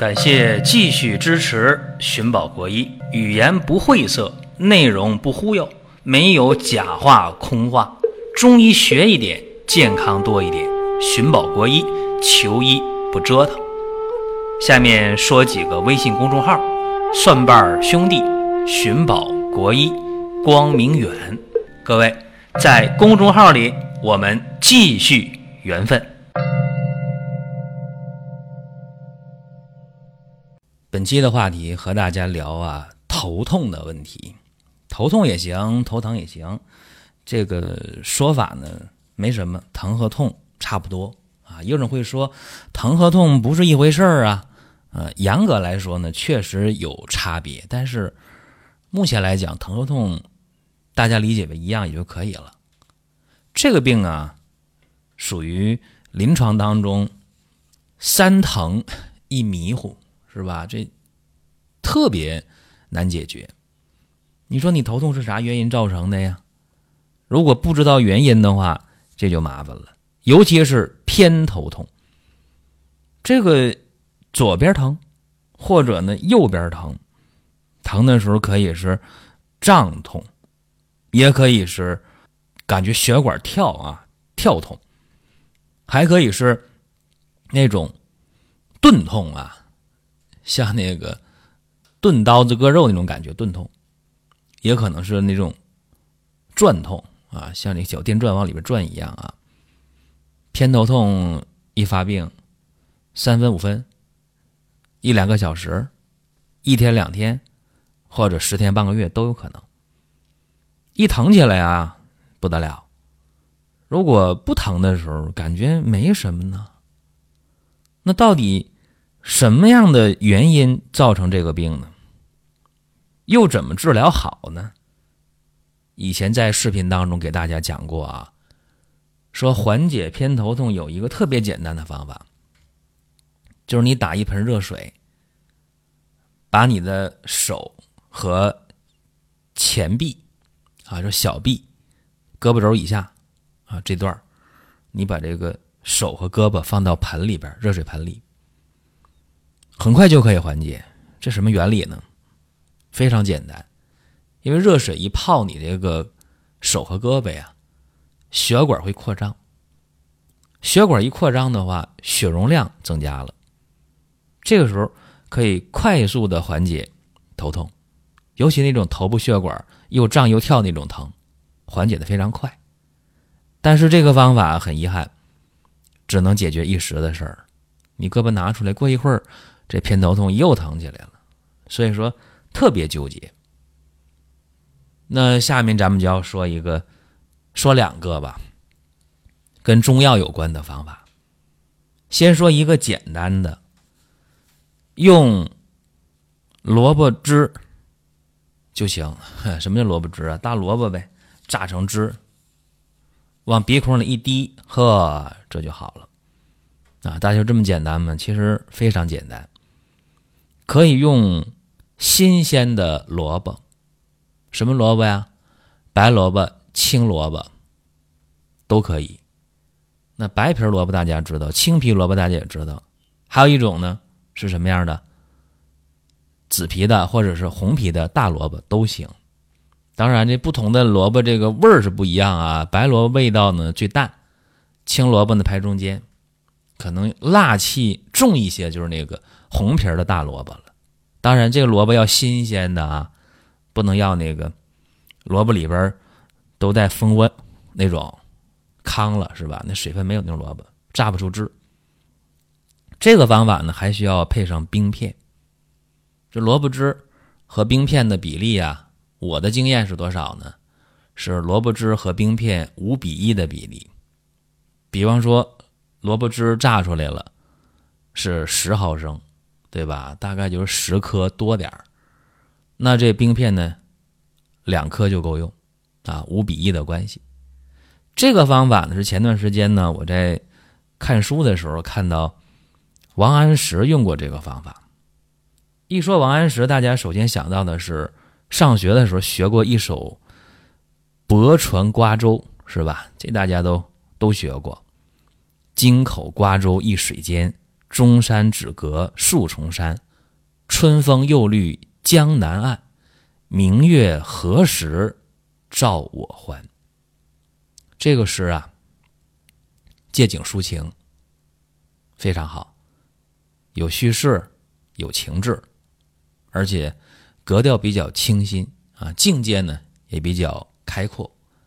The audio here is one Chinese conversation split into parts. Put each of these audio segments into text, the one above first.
感谢继续支持寻宝国医，语言不晦涩，内容不忽悠，没有假话空话，中医学一点，健康多一点。寻宝国医，求医不折腾。下面说几个微信公众号：蒜瓣兄弟、寻宝国医、光明远。各位在公众号里，我们继续缘分。本期的话题和大家聊头痛的问题。头痛也行，头疼也行，这个说法呢没什么，疼和痛差不多啊。有人会说疼和痛不是一回事啊，严格来说呢确实有差别，但是目前来讲疼和痛大家理解为一样也就可以了。这个病属于临床当中三疼一迷糊，是吧？这特别难解决。你说你头痛是啥原因造成的呀？如果不知道原因的话，这就麻烦了。尤其是偏头痛，这个左边疼或者呢右边疼，疼的时候可以是胀痛，也可以是感觉血管跳痛，还可以是那种钝痛像那个钝刀子割肉那种感觉钝痛，也可能是那种转痛像那个小电转往里边转一样偏头痛一发病3分5分1-2个小时1天2天或者10天半个月都有可能。一疼起来不得了，如果不疼的时候感觉没什么呢，那到底什么样的原因造成这个病呢？又怎么治疗好呢？以前在视频当中给大家讲过说缓解偏头痛有一个特别简单的方法，就是你打一盆热水，把你的手和前臂就小臂胳膊肘以下这段，你把这个手和胳膊放到盆里边，热水盆里，很快就可以缓解。这什么原理呢？非常简单，因为热水一泡你这个手和胳膊血管会扩张，血管一扩张的话，血容量增加了，这个时候可以快速的缓解头痛，尤其那种头部血管又胀又跳那种疼，缓解的非常快。但是这个方法很遗憾，只能解决一时的事儿，你胳膊拿出来过一会儿，这偏头痛又疼起来了，所以说特别纠结。那下面咱们就要说两个吧，跟中药有关的方法。先说一个简单的，用萝卜汁就行。什么叫萝卜汁大萝卜呗，榨成汁，往鼻孔里一滴，这就好了大家就这么简单吗？其实非常简单。可以用新鲜的萝卜，什么萝卜呀？白萝卜、青萝卜都可以。那白皮萝卜大家知道，青皮萝卜大家也知道，还有一种呢是什么样的？紫皮的或者是红皮的大萝卜都行。当然这不同的萝卜这个味儿是不一样白萝卜味道呢最淡，青萝卜呢排中间，可能辣气重一些就是那个红皮的大萝卜了。当然这个萝卜要新鲜的不能要那个萝卜里边都带蜂窝那种糠了，是吧？那水分没有那种萝卜榨不出汁。这个方法呢还需要配上冰片。这萝卜汁和冰片的比例我的经验是多少呢？是萝卜汁和冰片5:1的比例。比方说萝卜汁榨出来了是10毫升，对吧？大概就是10颗多点儿。那这冰片呢2颗就够用5:1的关系。这个方法呢是前段时间呢我在看书的时候看到王安石用过这个方法。一说王安石，大家首先想到的是上学的时候学过一首泊船瓜洲，是吧？这大家都学过。京口瓜洲一水间， 中山只隔数重山，春风又绿江南岸，明月何时照我还。这个诗啊，借景抒情，非常好，有叙事，有情致，而且格调比较清新啊，境界呢也比较开阔。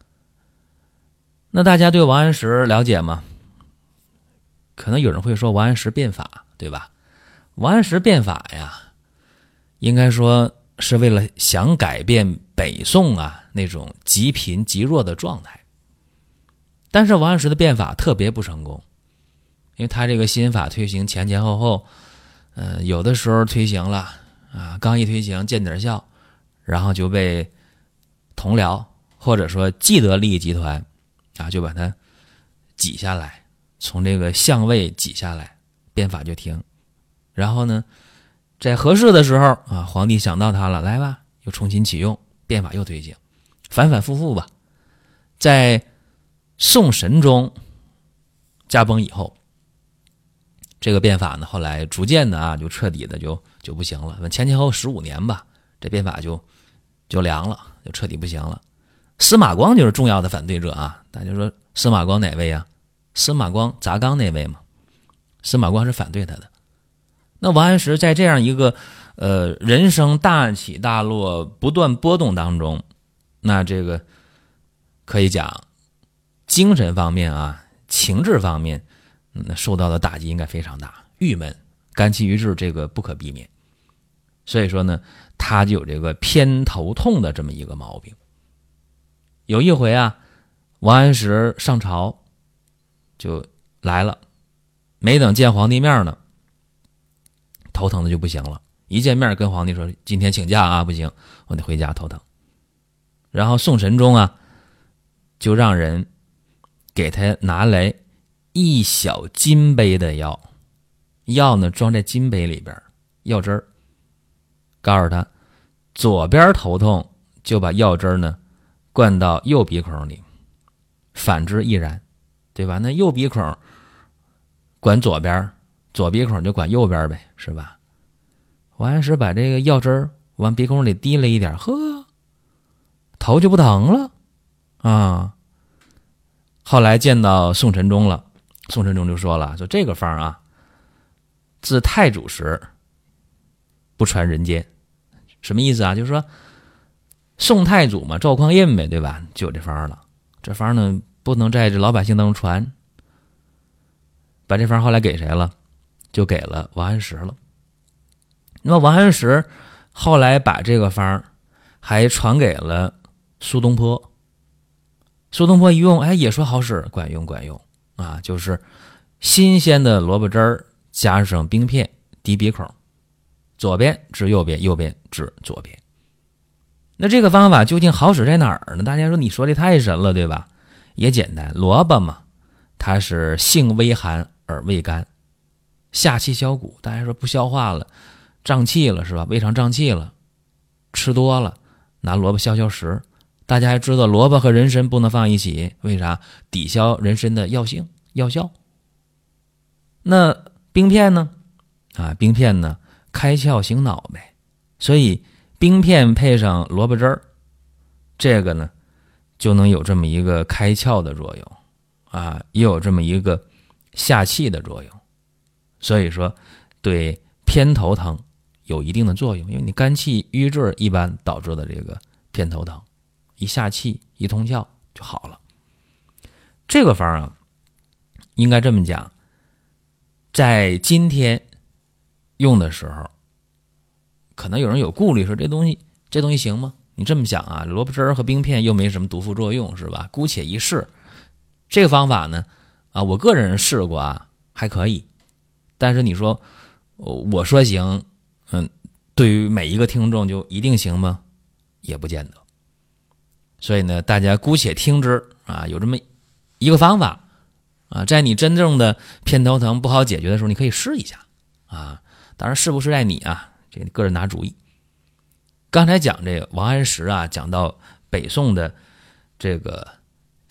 那大家对王安石了解吗？可能有人会说王安石变法，对吧？王安石变法呀，应该说是为了想改变北宋啊那种极贫极弱的状态。但是王安石的变法特别不成功，因为他这个新法推行前后，有的时候推行了啊，刚一推行见点效，然后就被同僚或者说既得利益集团啊就把它挤下来，从这个相位挤下来，变法就停。然后呢，在合适的时候啊，皇帝想到他了，来吧，又重新启用，变法又推行，反反复复吧。在宋神宗驾崩以后，这个变法呢，后来逐渐的啊，就彻底的就不行了。前后15年吧，这变法就凉了，就彻底不行了。司马光就是重要的反对者啊。大家说司马光哪位啊？司马光砸缸那位嘛。司马光是反对他的。那王安石在这样一个人生大起大落、不断波动当中，那这个可以讲精神方面啊、情志方面，受到的打击应该非常大，郁闷、肝气郁滞，这个不可避免。所以说呢，他就有这个偏头痛的这么一个毛病。有一回啊，王安石上朝就来了，没等见皇帝面呢，头疼的就不行了。一见面跟皇帝说：“今天请假啊，不行，我得回家头疼。”然后宋神宗啊，就让人给他拿来一小金杯的药，药呢装在金杯里边，药汁儿，告诉他左边头痛就把药汁儿呢灌到右鼻孔里，反之亦然，对吧？那右鼻孔管左边，左鼻孔就管右边呗，是吧？王安石把这个药汁儿往鼻孔里滴了一点，呵，头就不疼了啊。后来见到宋神宗了，宋神宗就说了，说这个方啊，自太祖时不传人间。什么意思啊？就是说宋太祖嘛，赵匡胤呗，对吧？就有这方了。这方呢，不能在这老百姓当中传。把这方后来给谁了？就给了王安石了。那么王安石后来把这个方还传给了苏东坡。苏东坡一用，哎，也说好使，管用啊！就是新鲜的萝卜汁儿加上冰片滴鼻孔，左边治右边，右边治左边。那这个方法究竟好使在哪儿呢？大家说你说的太神了，对吧？也简单，萝卜嘛，它是性微寒而味甘，下气消谷。大家说不消化了，胀气了是吧？胃肠胀气了，吃多了，拿萝卜消食。大家还知道萝卜和人参不能放一起，为啥？抵消人参的药性药效。那冰片呢？啊，冰片呢开窍醒脑呗。所以冰片配上萝卜汁儿，这个呢就能有这么一个开窍的作用啊，也有这么一个下气的作用。所以说对偏头疼有一定的作用，因为你肝气郁滞一般导致的这个偏头疼，一下气一通窍就好了。这个方啊，应该这么讲，在今天用的时候，可能有人有顾虑，说这东西行吗？你这么想啊，萝卜汁儿和冰片又没什么毒副作用，是吧？姑且一试。这个方法呢，啊，我个人试过啊，还可以。但是你说我说行，对于每一个听众就一定行吗？也不见得。所以呢，大家姑且听之啊，有这么一个方法啊，在你真正的偏头疼不好解决的时候，你可以试一下啊。当然，是不是在你啊，这个个人拿主意。刚才讲这个王安石啊，讲到北宋的这个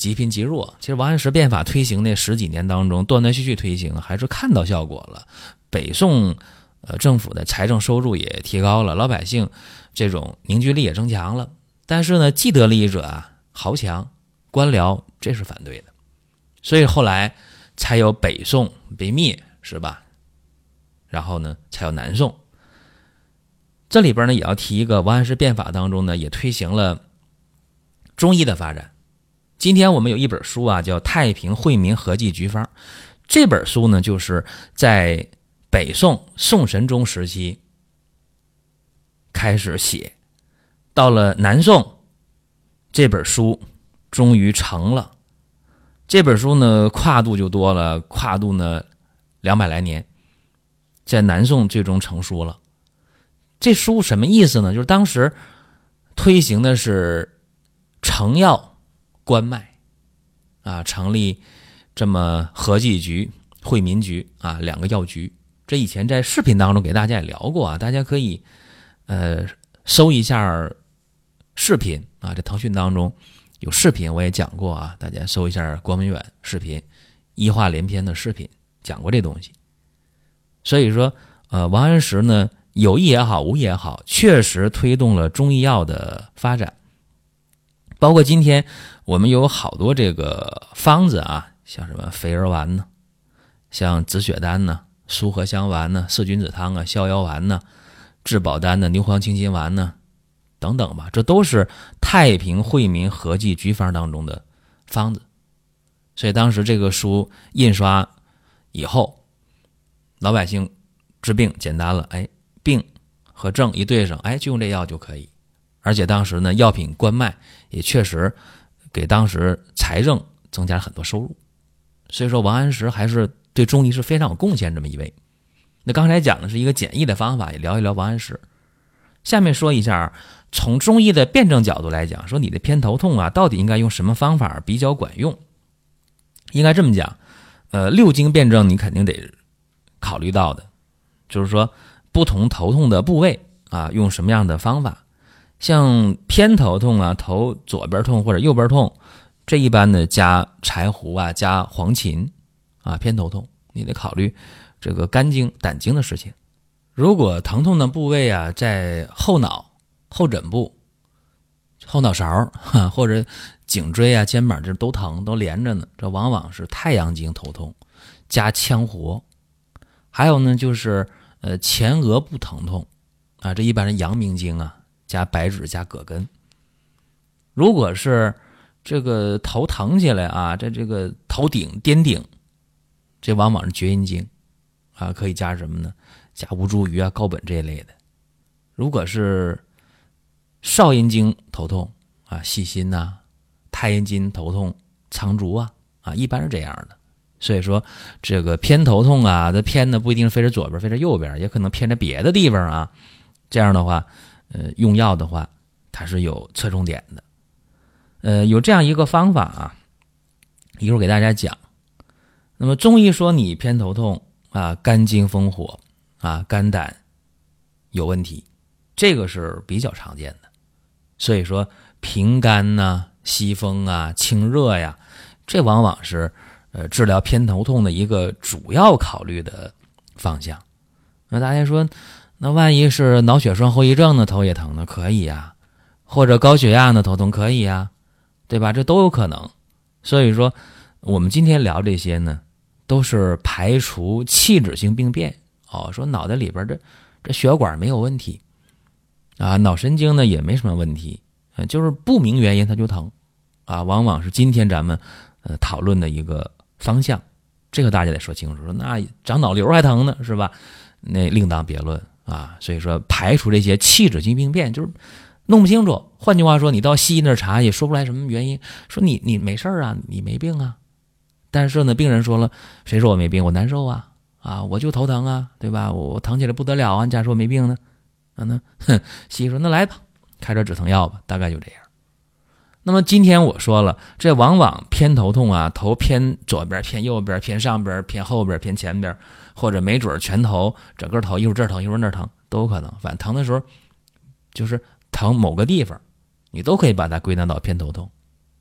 即贫即弱。其实王安石变法推行那10几年当中，断断续续推行，还是看到效果了。北宋政府的财政收入也提高了，老百姓这种凝聚力也增强了。但是呢，既得利益者啊豪强官僚这是反对的，所以后来才有北宋被灭，是吧？然后呢，才有南宋。这里边呢，也要提一个，王安石变法当中呢，也推行了中医的发展。今天我们有一本书啊，叫《太平惠民合剂局方》。这本书呢，就是在北宋宋神宗时期开始写，到了南宋，这本书终于成了。这本书呢，跨度就多了，跨度呢200来年，在南宋最终成书了。这书什么意思呢？就是当时推行的是成药关脉啊，成立这么合剂局、惠民局啊2个药局。这以前在视频当中给大家也聊过啊，大家可以搜一下视频啊，这腾讯当中有视频我也讲过啊，大家搜一下郭文远视频，医话连篇的视频讲过这东西。所以说王安石呢，有意也好无意也好，确实推动了中医药的发展。包括今天我们有好多这个方子啊，像什么肥儿丸呢，像紫雪丹呢，苏合香丸呢，四君子汤啊，逍遥丸呢，治保丹呢，牛黄清心丸呢，等等吧，这都是太平惠民合剂局方当中的方子。所以当时这个书印刷以后，老百姓治病简单了，病和症一对上，就用这药就可以。而且当时呢，药品关脉也确实给当时财政增加了很多收入。所以说王安石还是对中医是非常有贡献这么一位。那刚才讲的是一个简易的方法，也聊一聊王安石。下面说一下从中医的辩证角度来讲，说你的偏头痛啊，到底应该用什么方法比较管用。应该这么讲，6经辩证你肯定得考虑到的，就是说不同头痛的部位啊，用什么样的方法。像偏头痛啊，头左边痛或者右边痛，这一般呢加柴胡啊，加黄芩啊，偏头痛你得考虑这个肝经、胆经的事情。如果疼痛的部位啊在后脑、后枕部、后脑勺或者颈椎啊、肩膀这都疼，都连着呢，这往往是太阳经头痛加羌活。还有呢就是前额部疼痛啊，这一般是阳明经啊加白芷加葛根。如果是这个头疼起来啊，这个头顶颠顶，这往往是厥阴经啊，可以加什么呢？加吴茱萸啊、高本这一类的。如果是少阴经头痛啊，细辛呐、太阴经头痛苍术啊，一般是这样的。所以说这个偏头痛啊，它偏的不一定非是左边非是右边，也可能偏在别的地方啊。这样的话用药的话它是有侧重点的。有这样一个方法啊，一会儿给大家讲。那么中医说你偏头痛啊，肝经风火啊，肝胆有问题，这个是比较常见的。所以说平肝呐、息风啊、清热呀，这往往是治疗偏头痛的一个主要考虑的方向。那大家说，那万一是脑血栓后遗症呢，头也疼呢？可以啊。或者高血压呢，头痛可以啊，对吧？这都有可能。所以说我们今天聊这些呢，都是排除器质性病变。说脑袋里边这血管没有问题啊，脑神经呢也没什么问题，就是不明原因它就疼啊，往往是今天咱们讨论的一个方向。这个大家得说清楚，说那长脑瘤还疼呢，是吧？那另当别论啊。所以说排除这些器质性病变，就是弄不清楚。换句话说，你到西医那儿查也说不出来什么原因，说你没事啊，你没病啊。但是呢，病人说了，谁说我没病？我难受啊，我就头疼啊，对吧？我疼起来不得了啊，你假说我没病呢？西医说那来吧，开点止疼药吧，大概就这样。那么今天我说了，这往往偏头痛啊，头偏左边、偏右边、偏上边、偏后边、偏前边，或者没准全头整个头一会儿这儿疼一会儿那儿疼都有可能。反正疼的时候就是疼某个地方，你都可以把它归纳到偏头痛。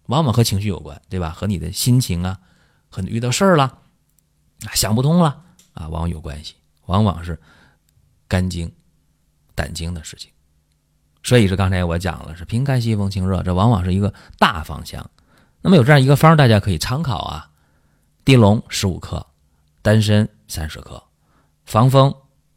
往往和情绪有关，对吧？和你的心情啊，和你遇到事儿了，想不通了啊，往往有关系，往往是肝经、胆经的事情。所以是刚才我讲了，是平肝息风清热，这往往是一个大方向。那么有这样一个方大家可以参考啊，地龙15克，丹参30克，防风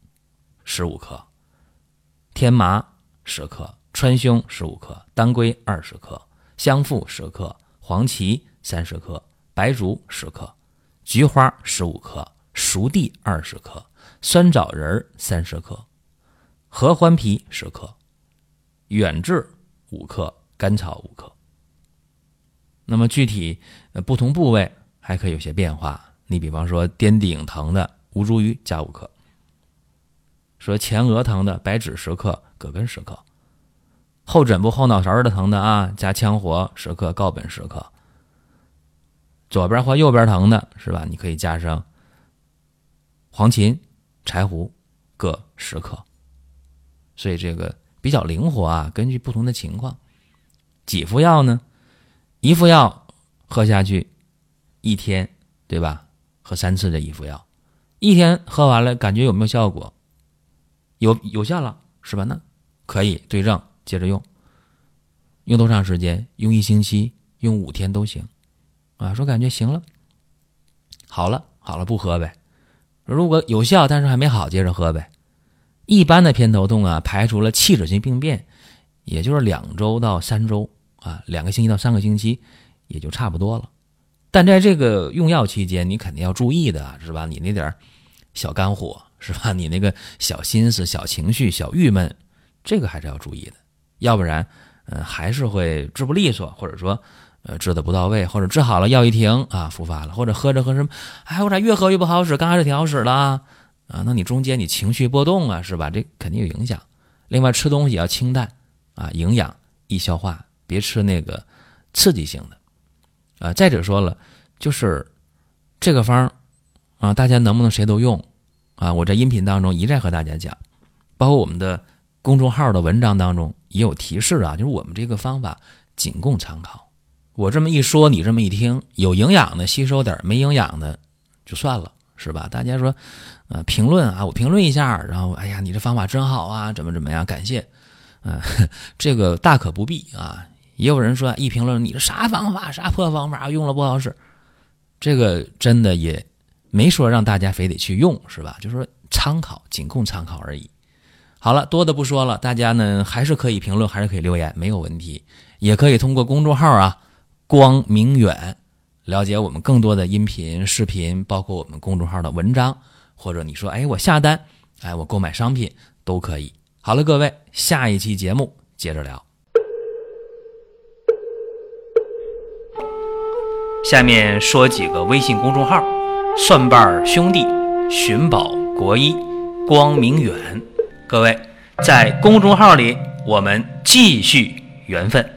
15克，天麻10克，川芎15克，当归20克，香附10克，黄芪30克，白术10克，菊花15克，熟地20克，酸枣仁30克，合欢皮10克，远志5克，甘草5克。那么具体不同部位还可以有些变化，你比方说颠顶疼的吴茱萸加5克，说前额疼的白芷10克，葛根10克，后枕部后脑勺的疼的啊，加羌活10克，告本10克，左边或右边疼的是吧，你可以加上黄芩、柴胡各10克。所以这个比较灵活啊，根据不同的情况。几副药呢？一副药喝下去1天，对吧？喝3次这一副药，1天喝完了感觉有没有效果？有效了是吧？那可以对症接着用。用多长时间？用1星期，用5天都行啊。说感觉行了，好了不喝呗。如果有效但是还没好，接着喝呗。一般的偏头痛啊，排除了器质性病变，也就是2周到3周啊，2个星期到3个星期也就差不多了。但在这个用药期间，你肯定要注意的是吧？你那点小肝火是吧？你那个小心思、小情绪、小郁闷，这个还是要注意的，要不然还是会治不利索，或者说治得不到位，或者治好了药一停啊复发了，或者喝什么，我咋越喝越不好使，刚开始挺好使的啊，那你中间你情绪波动啊是吧？这肯定有影响。另外吃东西要清淡啊，营养易消化，别吃那个刺激性的再者说了，就是这个方啊，大家能不能谁都用啊？我在音频当中一再和大家讲，包括我们的公众号的文章当中也有提示啊，就是我们这个方法仅供参考。我这么一说，你这么一听，有营养的吸收点，没营养的就算了，是吧？大家说评论啊，我评论一下，然后哎呀你这方法真好啊，怎么样，感谢这个大可不必啊。也有人说一评论你这啥方法，啥破方法，用了不好使，这个真的也没说让大家非得去用，是吧？就是说参考，仅供参考而已。好了，多的不说了，大家呢还是可以评论，还是可以留言，没有问题。也可以通过公众号啊光明远了解我们更多的音频视频，包括我们公众号的文章，或者你说我下单我购买商品都可以。好了各位，下一期节目接着聊。下面说几个微信公众号：蒜瓣兄弟、寻宝国医、光明远。各位在公众号里我们继续缘分。